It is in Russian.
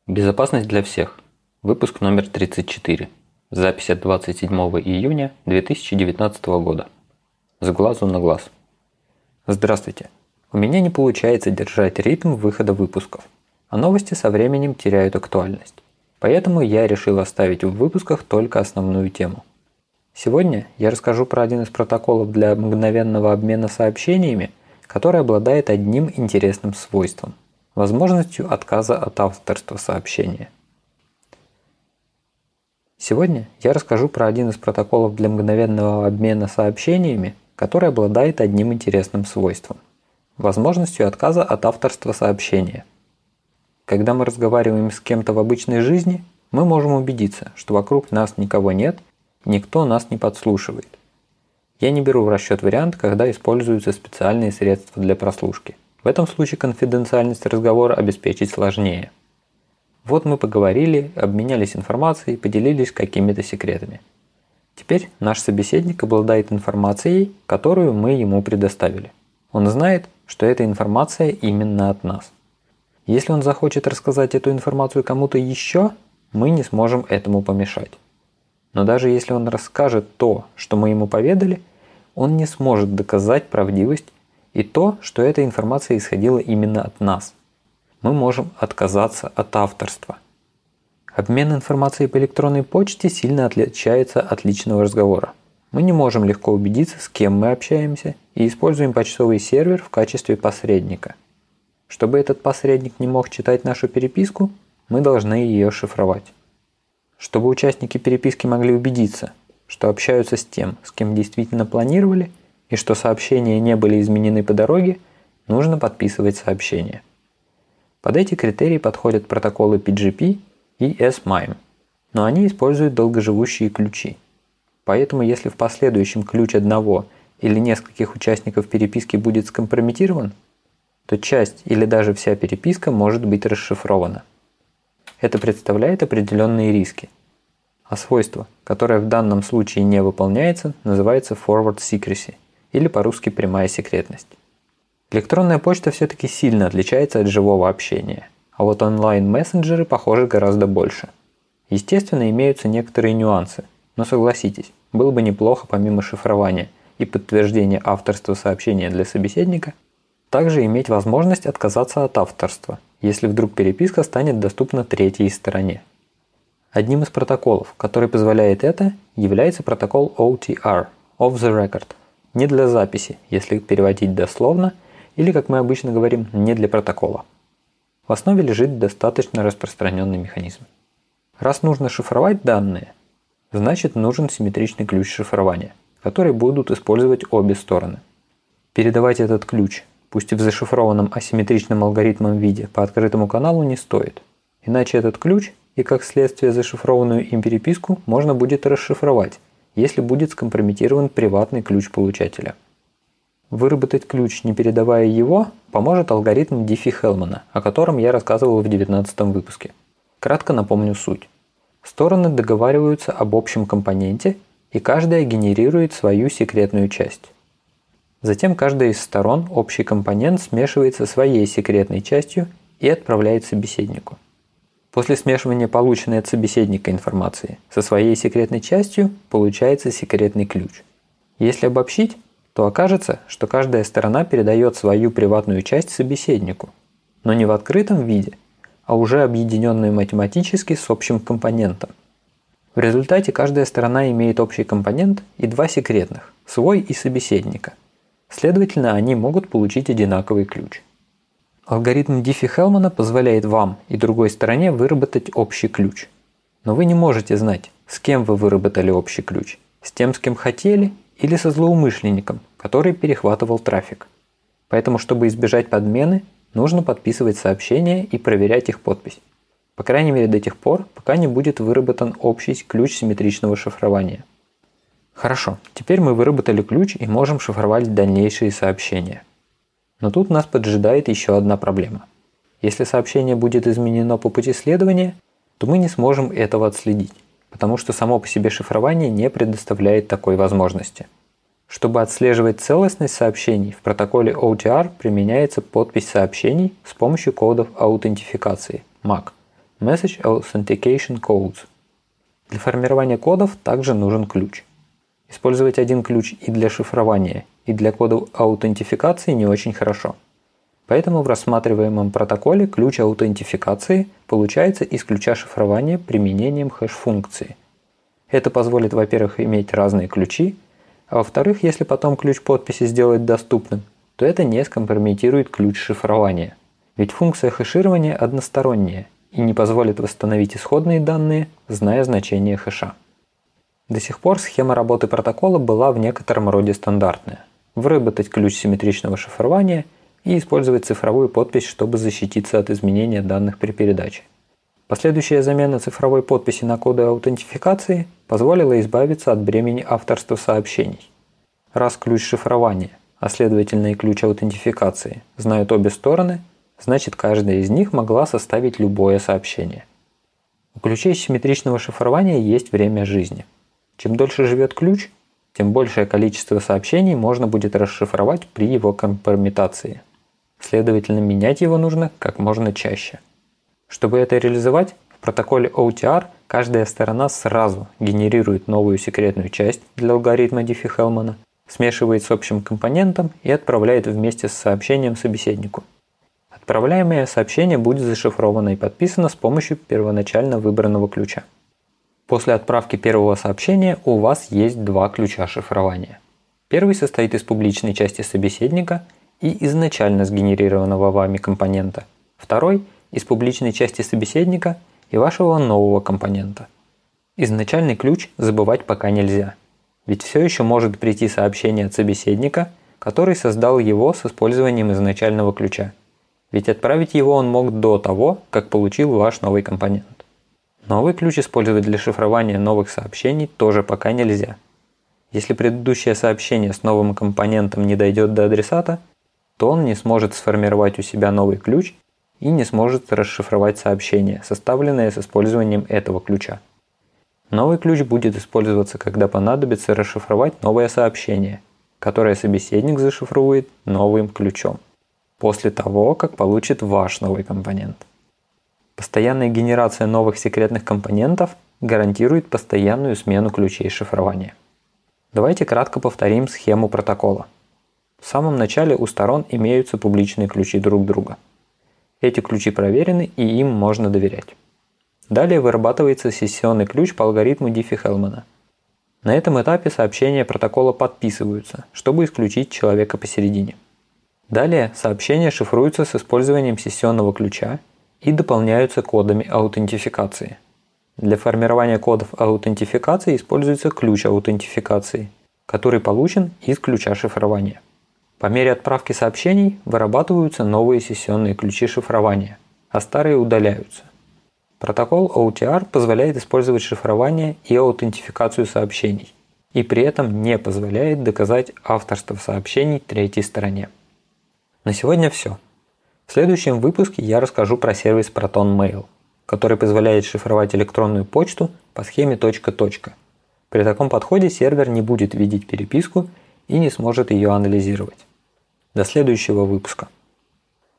Безопасность для всех. Выпуск номер 34. Запись от 27 июня 2019 года. С глазу на глаз. Здравствуйте. У меня не получается держать ритм выхода выпусков, а новости со временем теряют актуальность. Поэтому я решил оставить в выпусках только основную тему. Сегодня я расскажу про один из протоколов для мгновенного обмена сообщениями, который обладает одним интересным свойством – возможностью отказа от авторства сообщения. Сегодня я расскажу про один из протоколов для мгновенного обмена сообщениями, который обладает одним интересным свойством – возможностью отказа от авторства сообщения. Когда мы разговариваем с кем-то в обычной жизни, мы можем убедиться, что вокруг нас никого нет, никто нас не подслушивает. Я не беру в расчет вариант, когда используются специальные средства для прослушки. В этом случае конфиденциальность разговора обеспечить сложнее. Вот мы поговорили, обменялись информацией, поделились какими-то секретами. Теперь наш собеседник обладает информацией, которую мы ему предоставили. Он знает, что эта информация именно от нас. Если он захочет рассказать эту информацию кому-то еще, мы не сможем этому помешать. Но даже если он расскажет то, что мы ему поведали, он не сможет доказать правдивость и то, что эта информация исходила именно от нас. Мы можем отказаться от авторства. Обмен информацией по электронной почте сильно отличается от личного разговора. Мы не можем легко убедиться, с кем мы общаемся, и используем почтовый сервер в качестве посредника. Чтобы этот посредник не мог читать нашу переписку, мы должны ее шифровать. Чтобы участники переписки могли убедиться, что общаются с тем, с кем действительно планировали, и что сообщения не были изменены по дороге, нужно подписывать сообщения. Под эти критерии подходят протоколы PGP и S-MIME, но они используют долгоживущие ключи. Поэтому если в последующем ключ одного или нескольких участников переписки будет скомпрометирован, то часть или даже вся переписка может быть расшифрована. Это представляет определенные риски. А свойство, которое в данном случае не выполняется, называется forward secrecy, или по-русски прямая секретность. Электронная почта все-таки сильно отличается от живого общения, а вот онлайн-мессенджеры похожи гораздо больше. Естественно, имеются некоторые нюансы, но согласитесь, было бы неплохо помимо шифрования и подтверждения авторства сообщения для собеседника, также иметь возможность отказаться от авторства, если вдруг переписка станет доступна третьей стороне. Одним из протоколов, который позволяет это, является протокол OTR – Off the Record. Не для записи, если переводить дословно, или, как мы обычно говорим, не для протокола. В основе лежит достаточно распространенный механизм. Раз нужно шифровать данные, значит нужен симметричный ключ шифрования, который будут использовать обе стороны. Передавать этот ключ, пусть и в зашифрованном асимметричном алгоритмом виде, по открытому каналу не стоит. Иначе этот ключ и, как следствие, зашифрованную им переписку можно будет расшифровать, если будет скомпрометирован приватный ключ получателя. Выработать ключ, не передавая его, поможет алгоритм Диффи-Хеллмана, о котором я рассказывал в 19 выпуске. Кратко напомню суть. Стороны договариваются об общем компоненте, и каждая генерирует свою секретную часть. Затем каждая из сторон общий компонент смешивается своей секретной частью и отправляет собеседнику. После смешивания полученной от собеседника информации со своей секретной частью получается секретный ключ. Если обобщить, то окажется, что каждая сторона передает свою приватную часть собеседнику, но не в открытом виде, а уже объединенную математически с общим компонентом. В результате каждая сторона имеет общий компонент и два секретных – свой и собеседника. Следовательно, они могут получить одинаковый ключ. Алгоритм Диффи-Хеллмана позволяет вам и другой стороне выработать общий ключ. Но вы не можете знать, с кем вы выработали общий ключ – с тем, с кем хотели, или со злоумышленником, который перехватывал трафик. Поэтому, чтобы избежать подмены, нужно подписывать сообщения и проверять их подпись. По крайней мере до тех пор, пока не будет выработан общий ключ симметричного шифрования. Хорошо, теперь мы выработали ключ и можем шифровать дальнейшие сообщения. Но тут нас поджидает еще одна проблема. Если сообщение будет изменено по пути следования, то мы не сможем этого отследить, потому что само по себе шифрование не предоставляет такой возможности. Чтобы отслеживать целостность сообщений, в протоколе OTR применяется подпись сообщений с помощью кодов аутентификации MAC Message Authentication Codes. Для формирования кодов также нужен ключ. Использовать один ключ и для шифрования, и для кодов аутентификации не очень хорошо. Поэтому в рассматриваемом протоколе ключ аутентификации получается из ключа шифрования применением хэш-функции. Это позволит, во-первых, иметь разные ключи, а во-вторых, если потом ключ подписи сделать доступным, то это не скомпрометирует ключ шифрования. Ведь функция хэширования односторонняя и не позволит восстановить исходные данные, зная значение хэша. До сих пор схема работы протокола была в некотором роде стандартная. Выработать ключ симметричного шифрования и использовать цифровую подпись, чтобы защититься от изменения данных при передаче. Последующая замена цифровой подписи на коды аутентификации позволила избавиться от бремени авторства сообщений. Раз ключ шифрования, а следовательно и ключ аутентификации, знают обе стороны, значит каждая из них могла составить любое сообщение. У ключей симметричного шифрования есть время жизни. Чем дольше живет ключ, тем большее количество сообщений можно будет расшифровать при его компрометации. Следовательно, менять его нужно как можно чаще. Чтобы это реализовать, в протоколе OTR каждая сторона сразу генерирует новую секретную часть для алгоритма Диффи-Хеллмана, смешивает с общим компонентом и отправляет вместе с сообщением собеседнику. Отправляемое сообщение будет зашифровано и подписано с помощью первоначально выбранного ключа. После отправки первого сообщения у вас есть два ключа шифрования. Первый состоит из публичной части собеседника и изначально сгенерированного вами компонента. Второй – из публичной части собеседника и вашего нового компонента. Изначальный ключ забывать пока нельзя, ведь все еще может прийти сообщение от собеседника, который создал его с использованием изначального ключа. Ведь отправить его он мог до того, как получил ваш новый компонент. Новый ключ использовать для шифрования новых сообщений тоже пока нельзя. Если предыдущее сообщение с новым компонентом не дойдет до адресата, то он не сможет сформировать у себя новый ключ и не сможет расшифровать сообщение, составленное с использованием этого ключа. Новый ключ будет использоваться, когда понадобится расшифровать новое сообщение, которое собеседник зашифрует новым ключом, после того, как получит ваш новый компонент. Постоянная генерация новых секретных компонентов гарантирует постоянную смену ключей шифрования. Давайте кратко повторим схему протокола. В самом начале у сторон имеются публичные ключи друг друга. Эти ключи проверены и им можно доверять. Далее вырабатывается сессионный ключ по алгоритму Диффи-Хеллмана. На этом этапе сообщения протокола подписываются, чтобы исключить человека посередине. Далее сообщения шифруются с использованием сессионного ключа и дополняются кодами аутентификации. Для формирования кодов аутентификации используется ключ аутентификации, который получен из ключа шифрования. По мере отправки сообщений вырабатываются новые сессионные ключи шифрования, а старые удаляются. Протокол OTR позволяет использовать шифрование и аутентификацию сообщений, и при этом не позволяет доказать авторство сообщений третьей стороне. На сегодня все. В следующем выпуске я расскажу про сервис Proton Mail, который позволяет шифровать электронную почту по схеме точка-точка. При таком подходе сервер не будет видеть переписку и не сможет ее анализировать. До следующего выпуска.